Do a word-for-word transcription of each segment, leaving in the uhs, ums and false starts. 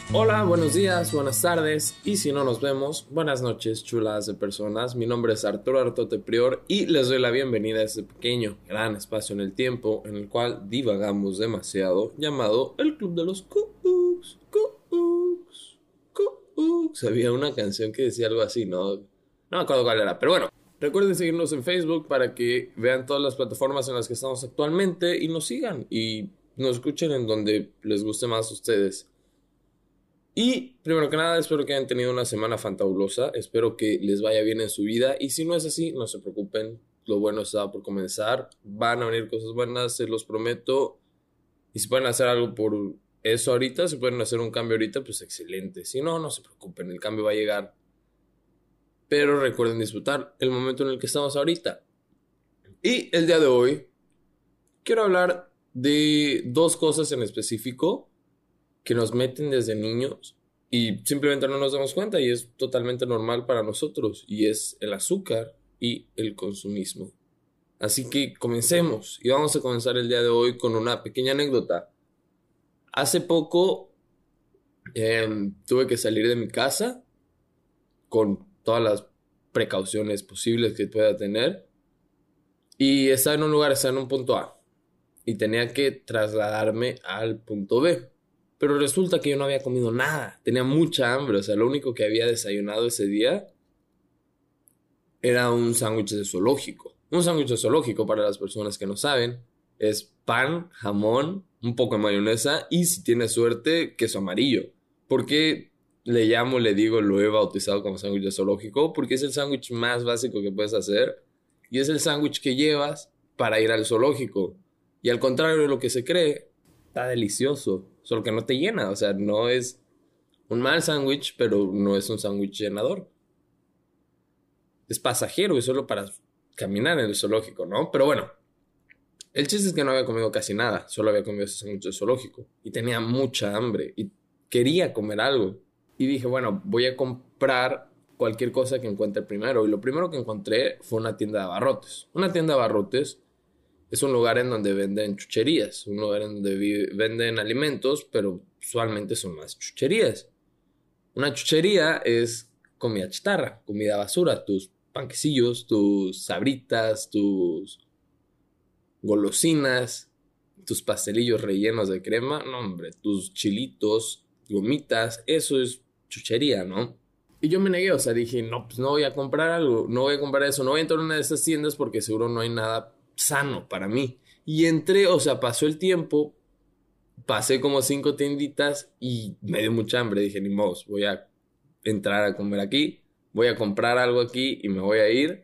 Hola, buenos días, buenas tardes y si no nos vemos, buenas noches, chulas de personas. Mi nombre es Arturo Artote Prior y les doy la bienvenida a este pequeño, gran espacio en el tiempo en el cual divagamos demasiado, llamado el Club de los Cooks, Cooks, Cooks. Había una canción que decía algo así, ¿no? No me acuerdo cuál era, pero bueno. Recuerden seguirnos en Facebook para que vean todas las plataformas en las que estamos actualmente y nos sigan y nos escuchen en donde les guste más a ustedes. Y primero que nada, espero que hayan tenido una semana fantabulosa. Espero que les vaya bien en su vida. Y si no es así, no se preocupen. Lo bueno está por comenzar. Van a venir cosas buenas, se los prometo. Y si pueden hacer algo por eso ahorita, si pueden hacer un cambio ahorita, pues excelente. Si no, no se preocupen, el cambio va a llegar. Pero recuerden disfrutar el momento en el que estamos ahorita. Y el día de hoy, quiero hablar de dos cosas en específico que nos meten desde niños y simplemente no nos damos cuenta y es totalmente normal para nosotros, y es el azúcar y el consumismo. Así que comencemos, y vamos a comenzar el día de hoy con una pequeña anécdota. Hace poco eh, tuve que salir de mi casa con todas las precauciones posibles que pueda tener y estaba en un lugar, estaba en un punto A y tenía que trasladarme al punto B. Pero resulta que yo no había comido nada. Tenía mucha hambre. O sea, lo único que había desayunado ese día era un sándwich de zoológico. Un sándwich de zoológico, para las personas que no saben, es pan, jamón, un poco de mayonesa y, si tienes suerte, queso amarillo. ¿Por qué le llamo, le digo, lo he bautizado como sándwich de zoológico? Porque es el sándwich más básico que puedes hacer y es el sándwich que llevas para ir al zoológico. Y al contrario de lo que se cree, está delicioso, solo que no te llena. O sea, no es un mal sándwich, pero no es un sándwich llenador. Es pasajero y solo para caminar en el zoológico, ¿no? Pero bueno, el chiste es que no había comido casi nada, solo había comido ese sándwich de zoológico y tenía mucha hambre y quería comer algo. Y dije, bueno, voy a comprar cualquier cosa que encuentre primero. Y lo primero que encontré fue una tienda de abarrotes. Una tienda de abarrotes es un lugar en donde venden chucherías, un lugar en donde vi- venden alimentos, pero usualmente son más chucherías. Una chuchería es comida chatarra, comida basura, tus panquecillos, tus sabritas, tus golosinas, tus pastelillos rellenos de crema, no hombre, tus chilitos, gomitas, eso es chuchería, ¿no? Y yo me negué, o sea, dije, no, pues no voy a comprar algo, no voy a comprar eso, no voy a entrar a una de esas tiendas porque seguro no hay nada sano para mí. Y entré, o sea, pasó el tiempo, pasé como cinco tienditas y me dio mucha hambre. Dije, ni modo, voy a entrar a comer aquí, voy a comprar algo aquí y me voy a ir.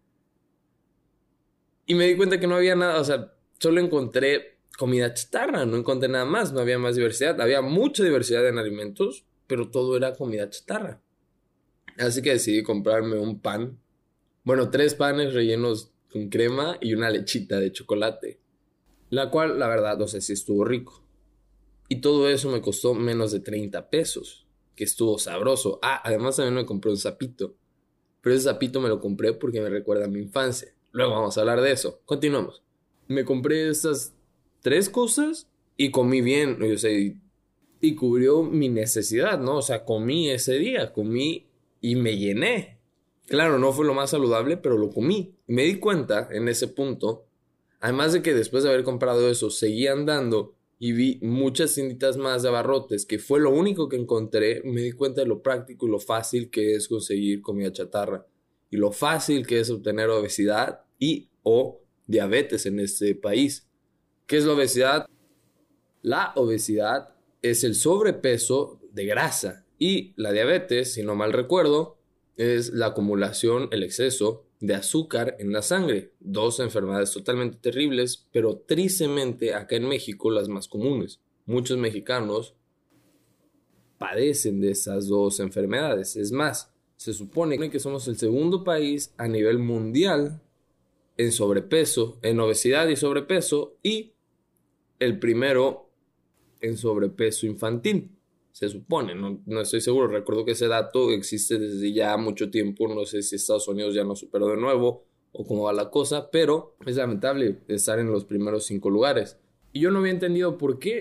Y me di cuenta que no había nada, o sea, solo encontré comida chatarra, no encontré nada más, no había más diversidad. Había mucha diversidad en alimentos, pero todo era comida chatarra. Así que decidí comprarme un pan. Bueno, tres panes rellenos con crema y una lechita de chocolate. La cual, la verdad, no sé si estuvo rico. Y todo eso me costó menos de treinta pesos. Que estuvo sabroso. Ah, además también me compré un sapito. Pero ese sapito me lo compré porque me recuerda a mi infancia. Luego vamos a hablar de eso. Continuamos. Me compré estas tres cosas y comí bien. O sea, y, y cubrió mi necesidad, ¿no? O sea, comí ese día. Comí y me llené. Claro, no fue lo más saludable, pero lo comí. Y me di cuenta en ese punto, además de que después de haber comprado eso, seguí andando y vi muchas tienditas más de abarrotes, que fue lo único que encontré. Me di cuenta de lo práctico y lo fácil que es conseguir comida chatarra. Y lo fácil que es obtener obesidad y o diabetes en este país. ¿Qué es la obesidad? La obesidad es el sobrepeso de grasa y la diabetes, si no mal recuerdo, es la acumulación, el exceso de azúcar en la sangre. Dos enfermedades totalmente terribles, pero tristemente acá en México las más comunes. Muchos mexicanos padecen de esas dos enfermedades. Es más, se supone que somos el segundo país a nivel mundial en sobrepeso, en obesidad y sobrepeso, y el primero en sobrepeso infantil. Se supone, no, no estoy seguro. Recuerdo que ese dato existe desde ya mucho tiempo. No sé si Estados Unidos ya no superó de nuevo o cómo va la cosa, pero es lamentable estar en los primeros cinco lugares. Y yo no había entendido por qué.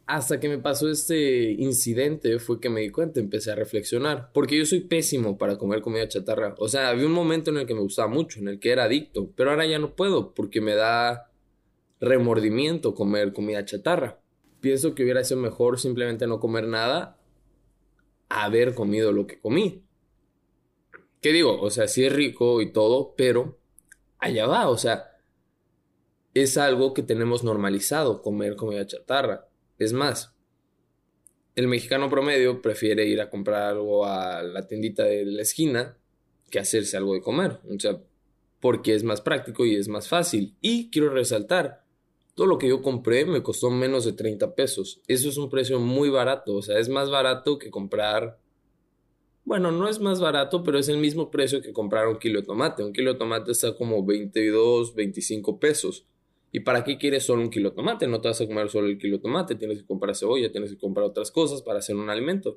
Hasta que me pasó este incidente fue que me di cuenta, empecé a reflexionar, porque yo soy pésimo para comer comida chatarra. O sea, había un momento en el que me gustaba mucho, en el que era adicto, pero ahora ya no puedo porque me da remordimiento comer comida chatarra. Pienso que hubiera sido mejor simplemente no comer nada a haber comido lo que comí. ¿Qué digo? O sea, sí es rico y todo, pero allá va, o sea, es algo que tenemos normalizado, comer comida chatarra. Es más, el mexicano promedio prefiere ir a comprar algo a la tiendita de la esquina que hacerse algo de comer. O sea, porque es más práctico y es más fácil. Y quiero resaltar, todo lo que yo compré me costó menos de treinta pesos. Eso es un precio muy barato. O sea, es más barato que comprar... Bueno, no es más barato, pero es el mismo precio que comprar un kilo de tomate. Un kilo de tomate está como veintidós, veinticinco pesos. ¿Y para qué quieres solo un kilo de tomate? No te vas a comer solo el kilo de tomate. Tienes que comprar cebolla, tienes que comprar otras cosas para hacer un alimento.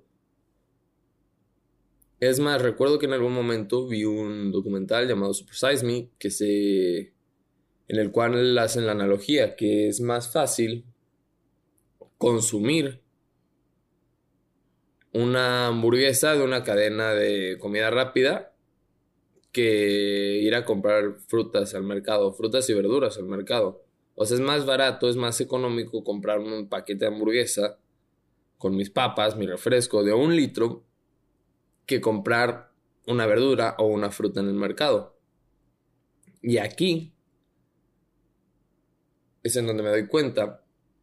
Es más, recuerdo que en algún momento vi un documental llamado Super Size Me, que se... en el cual hacen la analogía que es más fácil consumir una hamburguesa de una cadena de comida rápida que ir a comprar frutas al mercado, frutas y verduras al mercado. O sea, es más barato, es más económico comprar un paquete de hamburguesa con mis papas, mi refresco de un litro, que comprar una verdura o una fruta en el mercado. Y aquí es en donde me doy cuenta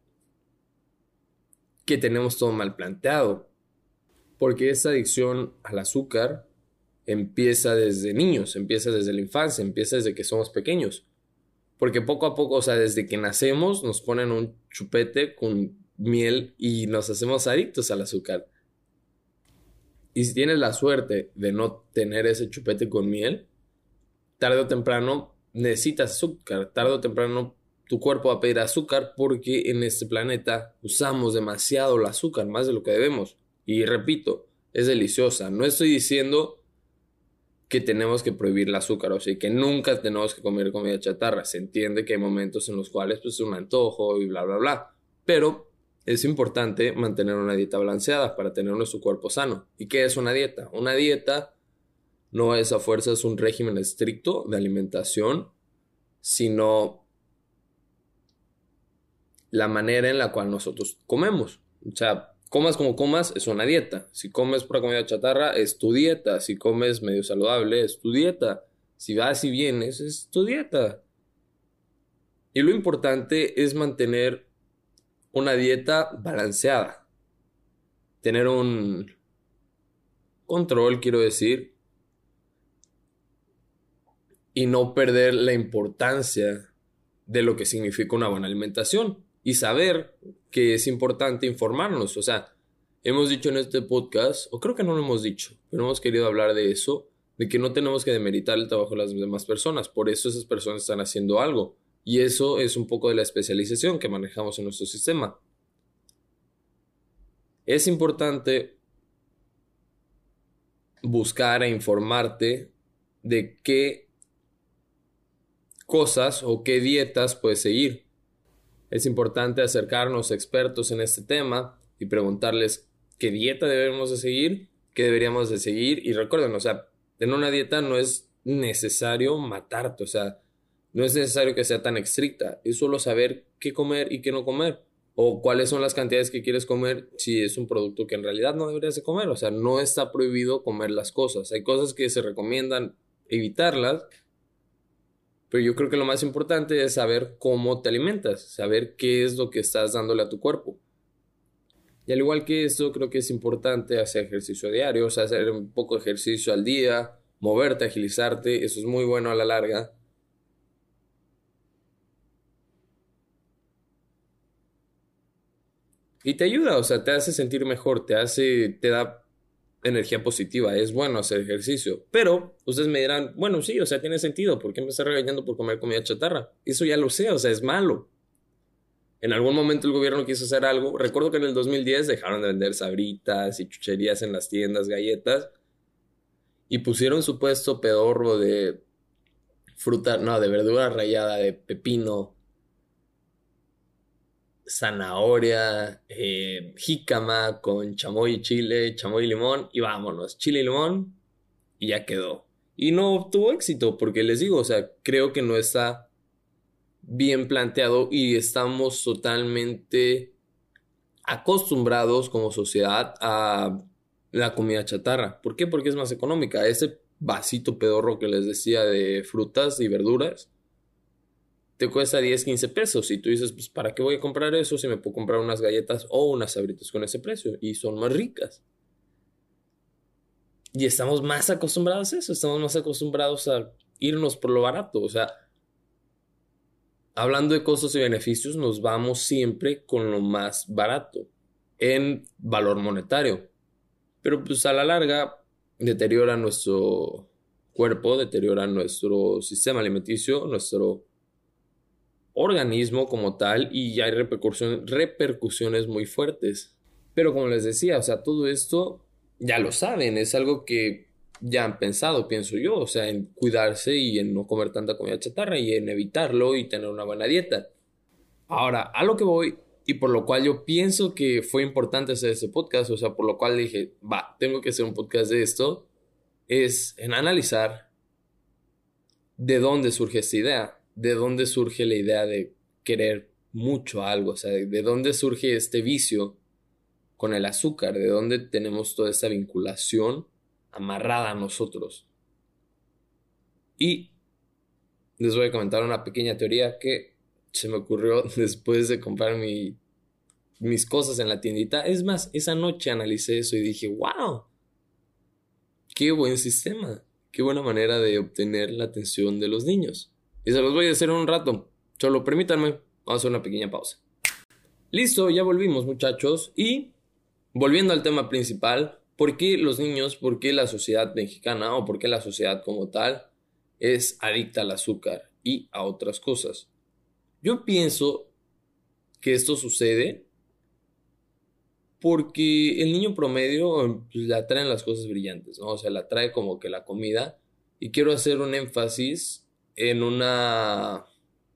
que tenemos todo mal planteado, porque esa adicción al azúcar empieza desde niños, empieza desde la infancia, empieza desde que somos pequeños. Porque poco a poco, o sea, desde que nacemos nos ponen un chupete con miel y nos hacemos adictos al azúcar. Y si tienes la suerte de no tener ese chupete con miel, tarde o temprano necesitas azúcar, tarde o temprano tu cuerpo va a pedir azúcar porque en este planeta usamos demasiado el azúcar, más de lo que debemos. Y repito, es deliciosa. No estoy diciendo que tenemos que prohibir el azúcar, o sea, que nunca tenemos que comer comida chatarra. Se entiende que hay momentos en los cuales pues es un antojo y bla, bla, bla. Pero es importante mantener una dieta balanceada para tener nuestro cuerpo sano. ¿Y qué es una dieta? Una dieta no es a fuerzas un régimen estricto de alimentación, sino la manera en la cual nosotros comemos. O sea, comas como comas es una dieta. Si comes pura comida chatarra es tu dieta. Si comes medio saludable es tu dieta. Si vas y vienes es tu dieta. Y lo importante es mantener una dieta balanceada. Tener un control, quiero decir, y no perder la importancia de lo que significa una buena alimentación y saber que es importante informarnos. O sea, hemos dicho en este podcast, o creo que no lo hemos dicho, pero hemos querido hablar de eso, de que no tenemos que demeritar el trabajo de las demás personas. Por eso esas personas están haciendo algo. Y eso es un poco de la especialización que manejamos en nuestro sistema. Es importante buscar e informarte de qué cosas o qué dietas puedes seguir. Es importante acercarnos a expertos en este tema y preguntarles qué dieta debemos de seguir, qué deberíamos de seguir. Y recuerden, o sea, en una dieta no es necesario matarte, o sea, no es necesario que sea tan estricta, es solo saber qué comer y qué no comer, o cuáles son las cantidades que quieres comer si es un producto que en realidad no deberías de comer. O sea, no está prohibido comer las cosas. Hay cosas que se recomiendan evitarlas, pero yo creo que lo más importante es saber cómo te alimentas, saber qué es lo que estás dándole a tu cuerpo. Y al igual que esto, creo que es importante hacer ejercicio diario, o sea, hacer un poco de ejercicio al día, moverte, agilizarte, eso es muy bueno a la larga. Y te ayuda, o sea, te hace sentir mejor, te hace, te da energía positiva, es bueno hacer ejercicio. Pero ustedes me dirán, bueno, sí, o sea, tiene sentido, ¿por qué me estás regañando por comer comida chatarra? Eso ya lo sé, o sea, es malo. En algún momento el gobierno quiso hacer algo. Recuerdo que en el dos mil diez dejaron de vender sabritas y chucherías en las tiendas, galletas, y pusieron su puesto pedorro de fruta, no, de verdura rallada, de pepino, zanahoria, eh, jícama con chamoy y chile, chamoy y limón y vámonos, chile y limón y ya quedó. Y no tuvo éxito porque les digo, o sea, creo que no está bien planteado y estamos totalmente acostumbrados como sociedad a la comida chatarra. ¿Por qué? Porque es más económica. Ese vasito pedorro que les decía de frutas y verduras te cuesta diez quince pesos y tú dices, pues ¿para qué voy a comprar eso si me puedo comprar unas galletas o unas sabritas con ese precio? Y son más ricas. Y estamos más acostumbrados a eso, estamos más acostumbrados a irnos por lo barato. O sea, hablando de costos y beneficios, nos vamos siempre con lo más barato en valor monetario. Pero pues a la larga deteriora nuestro cuerpo, deteriora nuestro sistema alimenticio, nuestro organismo como tal y ya hay repercusión- repercusiones muy fuertes. Pero como les decía, o sea, todo esto ya lo saben, es algo que ya han pensado, pienso yo, o sea, en cuidarse y en no comer tanta comida chatarra y en evitarlo y tener una buena dieta. Ahora, a lo que voy y por lo cual yo pienso que fue importante hacer este podcast, o sea, por lo cual dije, va, tengo que hacer un podcast de esto, es en analizar de dónde surge esta idea, de dónde surge la idea de querer mucho algo, o sea, de, de dónde surge este vicio con el azúcar, de dónde tenemos toda esta vinculación amarrada a nosotros. Y les voy a comentar una pequeña teoría que se me ocurrió después de comprar mi, mis cosas en la tiendita. Es más, esa noche analicé eso y dije, wow, qué buen sistema, qué buena manera de obtener la atención de los niños. Y se los voy a hacer en un rato. Solo permítanme, vamos a hacer una pequeña pausa. Listo, ya volvimos muchachos. Y volviendo al tema principal, ¿por qué los niños, por qué la sociedad mexicana o por qué la sociedad como tal es adicta al azúcar y a otras cosas? Yo pienso que esto sucede porque el niño promedio pues, le atraen las cosas brillantes, ¿no? O sea, le atrae como que la comida. Y quiero hacer un énfasis en una...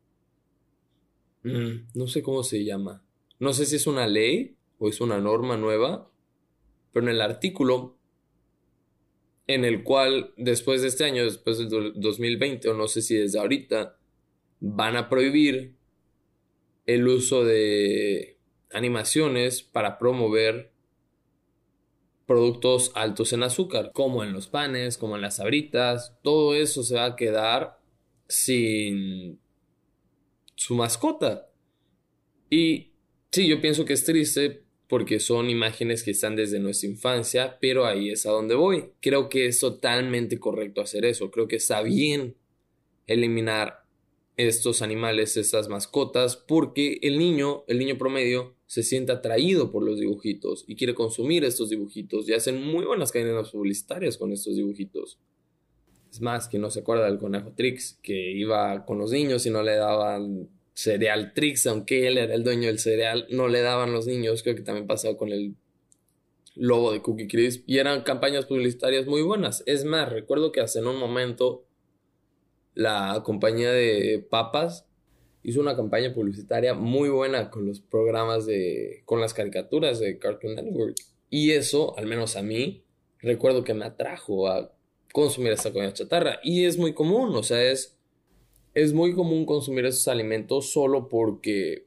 mm, no sé cómo se llama. No sé si es una ley o es una norma nueva, pero en el artículo en el cual después de este año, después del do- dos mil veinte, o no sé si desde ahorita, van a prohibir el uso de animaciones para promover productos altos en azúcar, como en los panes, como en las sabritas, todo eso se va a quedar sin su mascota. Y sí, yo pienso que es triste porque son imágenes que están desde nuestra infancia, pero ahí es a donde voy. Creo que es totalmente correcto hacer eso, creo que está bien eliminar estos animales, estas mascotas, porque el niño, el niño promedio, se siente atraído por los dibujitos y quiere consumir estos dibujitos y hacen muy buenas cadenas publicitarias con estos dibujitos. Es más, que no se acuerda del conejo Trix, que iba con los niños y no le daban cereal Trix, aunque él era el dueño del cereal, no le daban los niños. Creo que también pasaba con el lobo de Cookie Crisp y eran campañas publicitarias muy buenas. Es más, recuerdo que hace en un momento la compañía de papas hizo una campaña publicitaria muy buena con los programas de, con las caricaturas de Cartoon Network. Y eso, al menos a mí, recuerdo que me atrajo a consumir esta comida chatarra. Y es muy común, o sea, es, es muy común consumir esos alimentos solo porque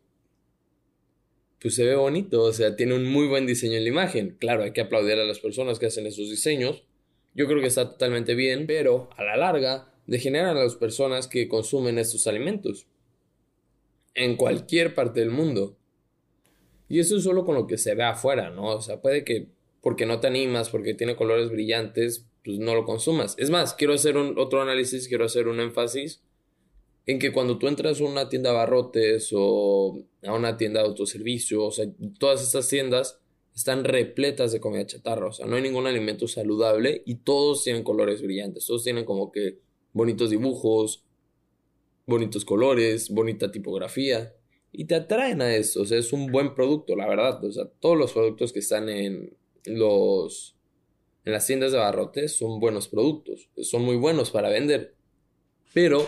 pues se ve bonito, o sea, tiene un muy buen diseño en la imagen. Claro, hay que aplaudir a las personas que hacen esos diseños. Yo creo que está totalmente bien, pero a la larga degeneran a las personas que consumen estos alimentos en cualquier parte del mundo. Y eso es solo con lo que se ve afuera, ¿no? O sea, puede que porque no te animas, porque tiene colores brillantes, pues no lo consumas. Es más, quiero hacer un, otro análisis, quiero hacer un énfasis en que cuando tú entras a una tienda de abarrotes o a una tienda de autoservicio, o sea, todas estas tiendas están repletas de comida chatarra, o sea, no hay ningún alimento saludable y todos tienen colores brillantes, todos tienen como que bonitos dibujos, bonitos colores, bonita tipografía y te atraen a eso, o sea, es un buen producto, la verdad, o sea, todos los productos que están en los en las tiendas de abarrotes son buenos productos, son muy buenos para vender, pero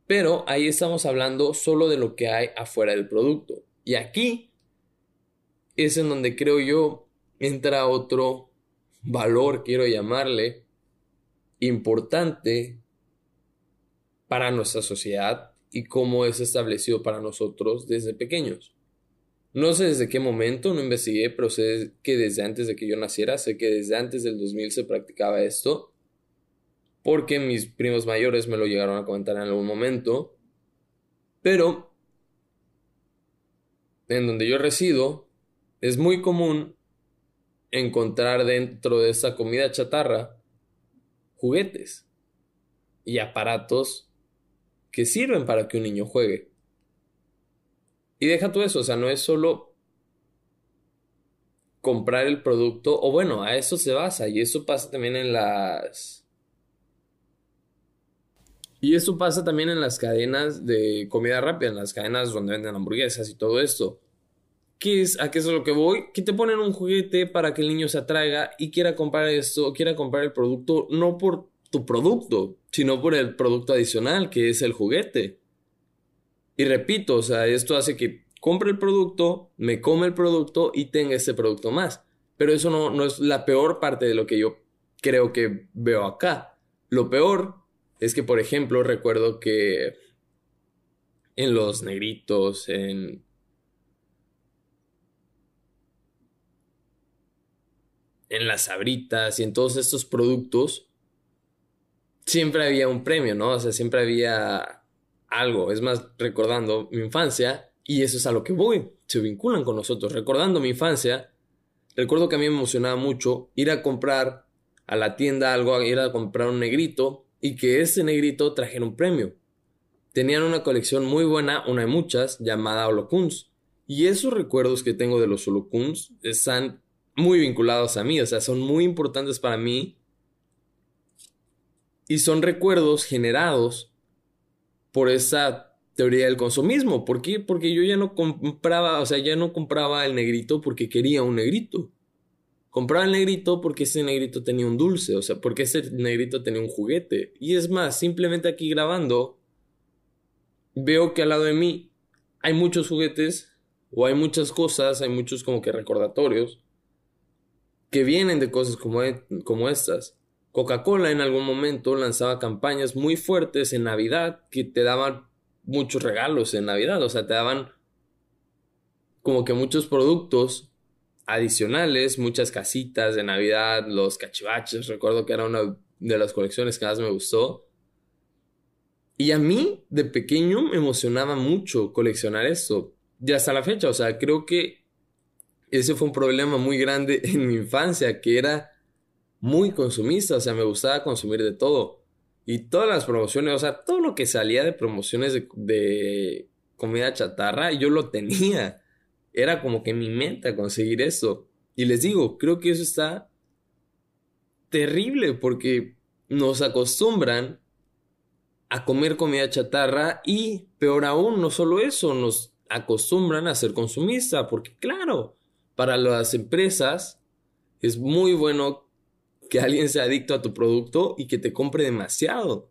Pero ahí estamos hablando solo de lo que hay afuera del producto. Y aquí es en donde creo yo entra otro valor, quiero llamarle, importante para nuestra sociedad y cómo es establecido para nosotros desde pequeños. No sé desde qué momento, no investigué, pero sé que desde antes de que yo naciera, sé que desde antes del dos mil se practicaba esto, porque mis primos mayores me lo llegaron a comentar en algún momento, pero en donde yo resido es muy común encontrar dentro de esa comida chatarra juguetes y aparatos que sirven para que un niño juegue. Y deja tú eso, o sea, no es solo comprar el producto, o bueno, a eso se basa, y eso pasa también en las... Y eso pasa también en las cadenas de comida rápida, en las cadenas donde venden hamburguesas y todo esto. ¿Qué es, ¿A qué es a lo que voy? Que te ponen un juguete para que el niño se atraiga y quiera comprar esto, quiera comprar el producto, no por tu producto, sino por el producto adicional, que es el juguete. Y repito, o sea, esto hace que compre el producto, me come el producto y tenga ese producto más. Pero eso no, no es la peor parte de lo que yo creo que veo acá. Lo peor es que, por ejemplo, recuerdo que en los negritos, en, en las sabritas y en todos estos productos, siempre había un premio, ¿no? O sea, siempre había algo. Es más, recordando mi infancia, y eso es a lo que voy, se vinculan con nosotros. Recordando mi infancia, recuerdo que a mí me emocionaba mucho ir a comprar a la tienda algo, ir a comprar un negrito y que ese negrito trajera un premio. Tenían una colección muy buena, una de muchas, llamada Holocuns. Y esos recuerdos que tengo de los Holocuns están muy vinculados a mí, o sea, son muy importantes para mí y son recuerdos generados por esa teoría del consumismo. ¿Por qué? Porque yo ya no compraba, o sea, ya no compraba el negrito porque quería un negrito. Compraba el negrito porque ese negrito tenía un dulce, o sea, porque ese negrito tenía un juguete. Y es más, simplemente aquí grabando, veo que al lado de mí hay muchos juguetes o hay muchas cosas, hay muchos como que recordatorios que vienen de cosas como, e- como estas. Coca-Cola en algún momento lanzaba campañas muy fuertes en Navidad que te daban muchos regalos en Navidad, o sea, te daban como que muchos productos adicionales, muchas casitas de Navidad, los cachivaches, recuerdo que era una de las colecciones que más me gustó. Y a mí, de pequeño, me emocionaba mucho coleccionar esto. Y hasta la fecha, o sea, creo que ese fue un problema muy grande en mi infancia, que era muy consumista, o sea, me gustaba consumir de todo. Y todas las promociones, o sea, todo lo que salía de promociones de, de comida chatarra, yo lo tenía. Era como que mi meta conseguir eso. Y les digo, creo que eso está terrible porque nos acostumbran a comer comida chatarra y, peor aún, no solo eso, nos acostumbran a ser consumistas, porque claro, para las empresas es muy bueno que alguien sea adicto a tu producto y que te compre demasiado.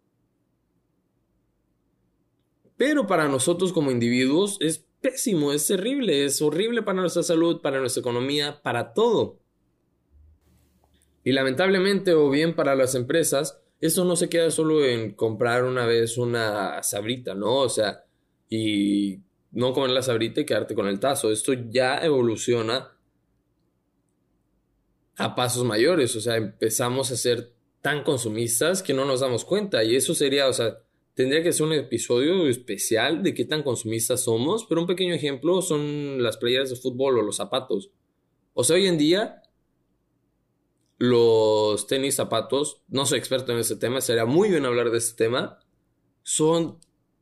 Pero para nosotros como individuos es pésimo, es terrible, es horrible para nuestra salud, para nuestra economía, para todo. Y lamentablemente, o bien para las empresas, esto no se queda solo en comprar una vez una sabrita, ¿no? O sea, y no comer la sabrita y quedarte con el tazo. Esto ya evoluciona a pasos mayores, o sea, empezamos a ser tan consumistas que no nos damos cuenta. Y eso sería, o sea, tendría que ser un episodio especial de qué tan consumistas somos, pero un pequeño ejemplo son las playeras de fútbol o los zapatos. O sea, hoy en día los tenis, zapatos, no soy experto en ese tema, sería muy bien hablar de este tema, son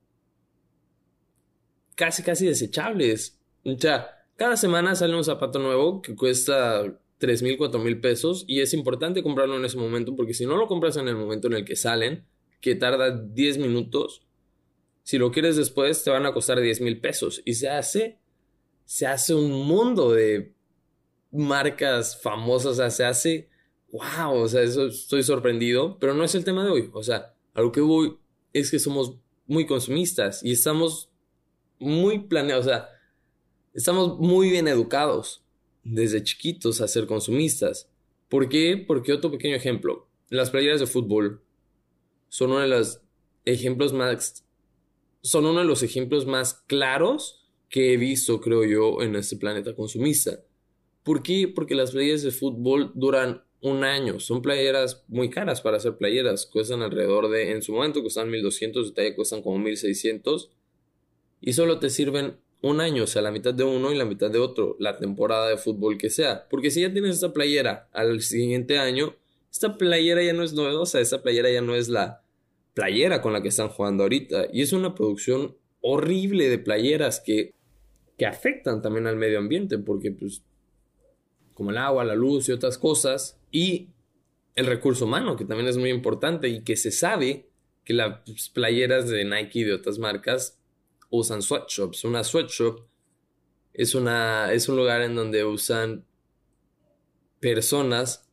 casi casi desechables. O sea, cada semana sale un zapato nuevo que cuesta tres mil, cuatro mil pesos y es importante comprarlo en ese momento porque si no lo compras en el momento en el que salen, que tarda diez minutos, si lo quieres después te van a costar diez mil pesos y se hace, se hace un mundo de marcas famosas, o sea, se hace, wow, o sea, eso estoy sorprendido, pero no es el tema de hoy, o sea, a lo que voy es que somos muy consumistas y estamos muy planeados, o sea, estamos muy bien educados desde chiquitos a ser consumistas. ¿Por qué? Porque otro pequeño ejemplo, las playeras de fútbol son uno de los ejemplos más, son uno de los ejemplos más claros que he visto, creo yo, en este planeta consumista. ¿Por qué? Porque las playeras de fútbol duran un año. Son playeras muy caras para hacer playeras. Cuestan alrededor de, en su momento cuestan mil doscientos, de talla cuestan como mil seiscientos. Y solo te sirven un año, o sea, la mitad de uno y la mitad de otro, la temporada de fútbol que sea. Porque si ya tienes esta playera al siguiente año, esta playera ya no es novedosa, esta playera ya no es la playera con la que están jugando ahorita. Y es una producción horrible de playeras que, que afectan también al medio ambiente, porque pues como el agua, la luz y otras cosas, y el recurso humano, que también es muy importante y que se sabe que las playeras de Nike y de otras marcas usan sweatshops. Una sweatshop es, una, es un lugar en donde usan personas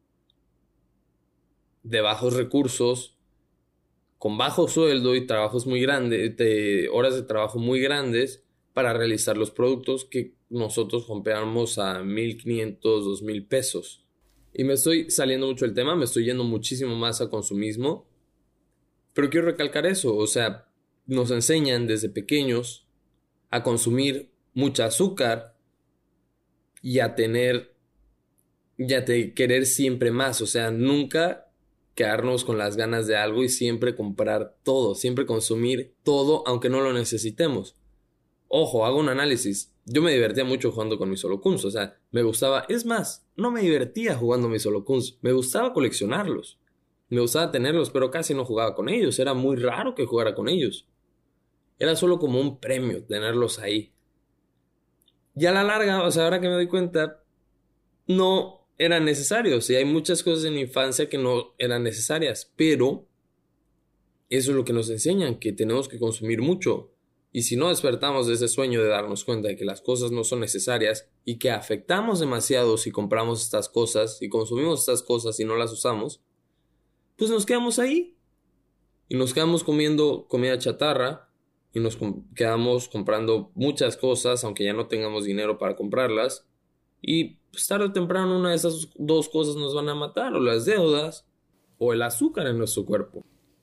de bajos recursos, con bajo sueldo y trabajos muy grandes, de horas de trabajo muy grandes, para realizar los productos que nosotros compramos a mil quinientos, dos mil pesos. Y me estoy saliendo mucho del tema, me estoy yendo muchísimo más a consumismo, pero quiero recalcar eso, o sea, nos enseñan desde pequeños a consumir mucha azúcar y a tener, y a te- querer siempre más, o sea, nunca quedarnos con las ganas de algo y siempre comprar todo, siempre consumir todo aunque no lo necesitemos. Ojo, hago un análisis. Yo me divertía mucho jugando con mis holocuns, o sea, me gustaba, es más, no me divertía jugando mis holocuns, me gustaba coleccionarlos, me gustaba tenerlos, pero casi no jugaba con ellos, era muy raro que jugara con ellos, era solo como un premio tenerlos ahí. Y a la larga, o sea, ahora que me doy cuenta, no eran necesarios, y hay muchas cosas en mi infancia que no eran necesarias, pero eso es lo que nos enseñan, que tenemos que consumir mucho. Y si no despertamos de ese sueño de darnos cuenta de que las cosas no son necesarias y que afectamos demasiado si compramos estas cosas y consumimos estas cosas y no las usamos, pues nos quedamos ahí y nos quedamos comiendo comida chatarra y nos com- quedamos comprando muchas cosas aunque ya no tengamos dinero para comprarlas y pues tarde o temprano una de esas dos cosas nos van a matar, o las deudas o el azúcar en nuestro cuerpo.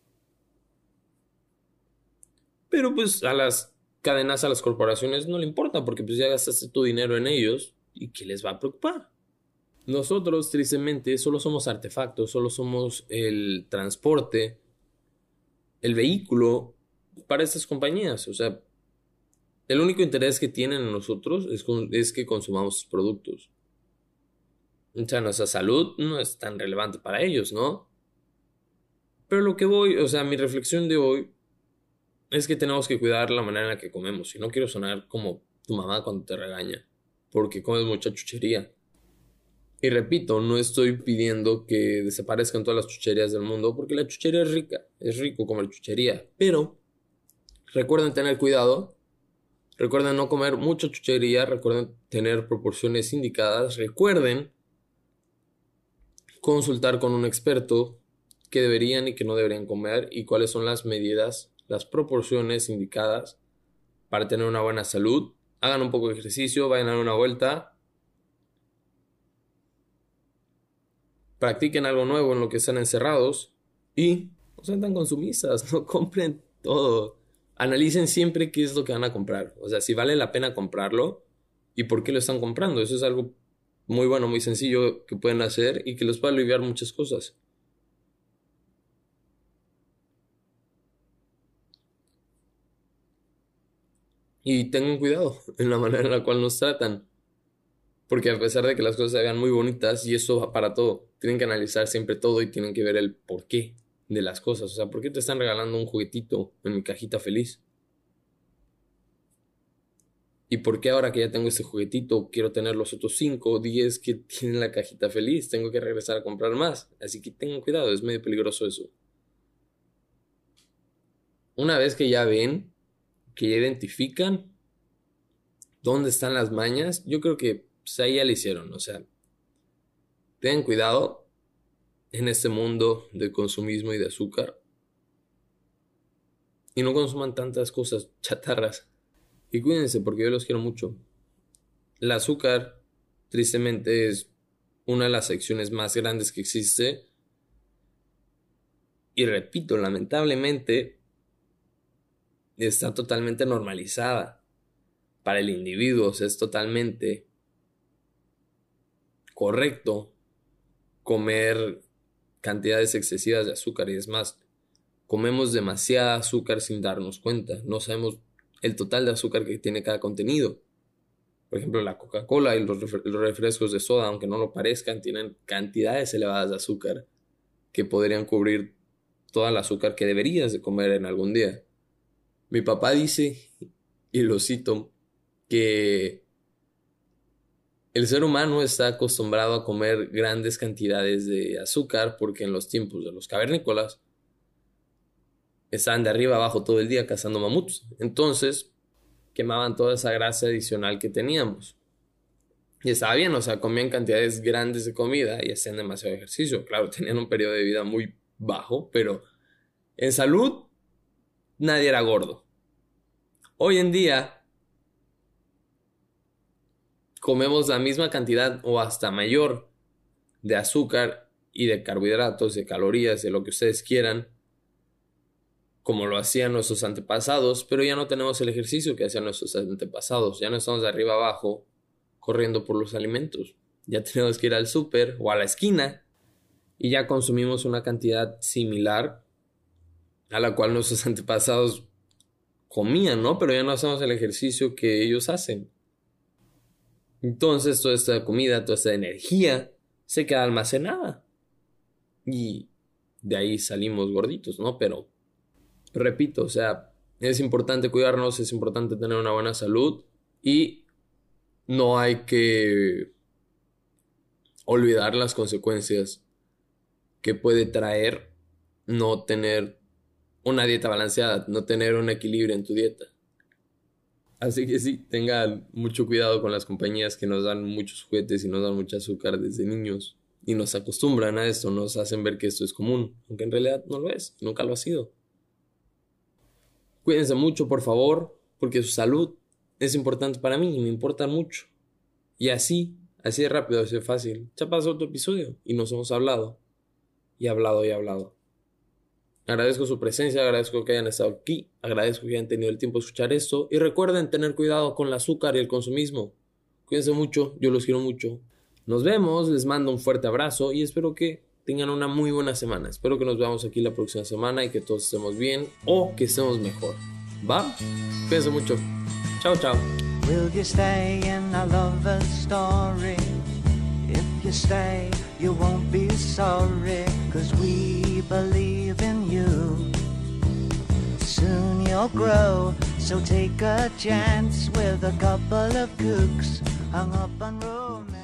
Pero pues a las cadenas, a las corporaciones no le importa porque pues ya gastaste tu dinero en ellos y ¿qué les va a preocupar? Nosotros, tristemente, solo somos artefactos, solo somos el transporte, el vehículo para estas compañías. O sea, el único interés que tienen en nosotros es, con- es que consumamos sus productos. O sea, nuestra salud no es tan relevante para ellos, ¿no? Pero lo que voy, o sea, mi reflexión de hoy es que tenemos que cuidar la manera en la que comemos. Y no quiero sonar como tu mamá cuando te regaña, porque comes mucha chuchería. Y repito, no estoy pidiendo que desaparezcan todas las chucherías del mundo, porque la chuchería es rica, es rico comer chuchería. Pero recuerden tener cuidado, recuerden no comer mucha chuchería, recuerden tener proporciones indicadas, recuerden consultar con un experto qué deberían y qué no deberían comer y cuáles son las medidas, las proporciones indicadas para tener una buena salud. Hagan un poco de ejercicio, vayan a dar una vuelta, practiquen algo nuevo en lo que están encerrados y no sean tan consumistas, no compren todo. Analicen siempre qué es lo que van a comprar, o sea, si vale la pena comprarlo y por qué lo están comprando. Eso es algo muy bueno, muy sencillo que pueden hacer y que les va a aliviar muchas cosas. Y tengan cuidado en la manera en la cual nos tratan. Porque a pesar de que las cosas se vean muy bonitas, y eso va para todo, tienen que analizar siempre todo y tienen que ver el porqué de las cosas. O sea, ¿por qué te están regalando un juguetito en mi cajita feliz? ¿Y por qué ahora que ya tengo este juguetito quiero tener los otros cinco o diez que tienen la cajita feliz? Tengo que regresar a comprar más. Así que tengan cuidado, es medio peligroso eso. Una vez que ya ven, que ya identifican dónde están las mañas, yo creo que pues, ahí ya le hicieron. O sea, tengan cuidado en este mundo de consumismo y de azúcar. y no consuman tantas cosas chatarras. Y cuídense porque yo los quiero mucho. El azúcar, tristemente, es una de las adicciones más grandes que existe. Y repito, lamentablemente, está totalmente normalizada para el individuo. O sea, es totalmente correcto comer cantidades excesivas de azúcar. Y es más, comemos demasiada azúcar sin darnos cuenta. No sabemos el total de azúcar que tiene cada contenido. Por ejemplo, la Coca-Cola y los, refre- los refrescos de soda, aunque no lo parezcan, tienen cantidades elevadas de azúcar que podrían cubrir toda el azúcar que deberías de comer en algún día. Mi papá dice, y lo cito, que el ser humano está acostumbrado a comer grandes cantidades de azúcar porque en los tiempos de los cavernícolas estaban de arriba abajo todo el día cazando mamuts. Entonces quemaban toda esa grasa adicional que teníamos. Y estaba bien, o sea, comían cantidades grandes de comida y hacían demasiado ejercicio. Claro, tenían un periodo de vida muy bajo, pero en salud nadie era gordo. Hoy en día comemos la misma cantidad o hasta mayor de azúcar y de carbohidratos, de calorías, de lo que ustedes quieran, como lo hacían nuestros antepasados, pero ya no tenemos el ejercicio que hacían nuestros antepasados. Ya no estamos de arriba abajo corriendo por los alimentos. Ya tenemos que ir al súper o a la esquina y ya consumimos una cantidad similar a la cual nuestros antepasados comían, ¿no? Pero ya no hacemos el ejercicio que ellos hacen. Entonces toda esta comida, toda esta energía se queda almacenada. Y de ahí salimos gorditos, ¿no? Pero repito, o sea, es importante cuidarnos, es importante tener una buena salud y no hay que olvidar las consecuencias que puede traer no tener una dieta balanceada, no tener un equilibrio en tu dieta. Así que sí, tengan mucho cuidado con las compañías que nos dan muchos juguetes y nos dan mucho azúcar desde niños y nos acostumbran a esto, nos hacen ver que esto es común, aunque en realidad no lo es, nunca lo ha sido. Cuídense mucho, por favor, porque su salud es importante para mí y me importa mucho. Y así, así de rápido, así de fácil, ya pasó otro episodio y nos hemos hablado y hablado y hablado. Agradezco su presencia, agradezco que hayan estado aquí, agradezco que hayan tenido el tiempo de escuchar esto y recuerden tener cuidado con el azúcar y el consumismo. Cuídense mucho, yo los quiero mucho. Nos vemos, les mando un fuerte abrazo y espero que tengan una muy buena semana. Espero que nos veamos aquí la próxima semana y que todos estemos bien o que estemos mejor. ¿Va? Cuídense mucho. Chao, chao. Will you stay in a lover's story? If you stay, you won't be sorry, 'cause we believe in you. Soon you'll grow, so take a chance with a couple of kooks hung up on romance.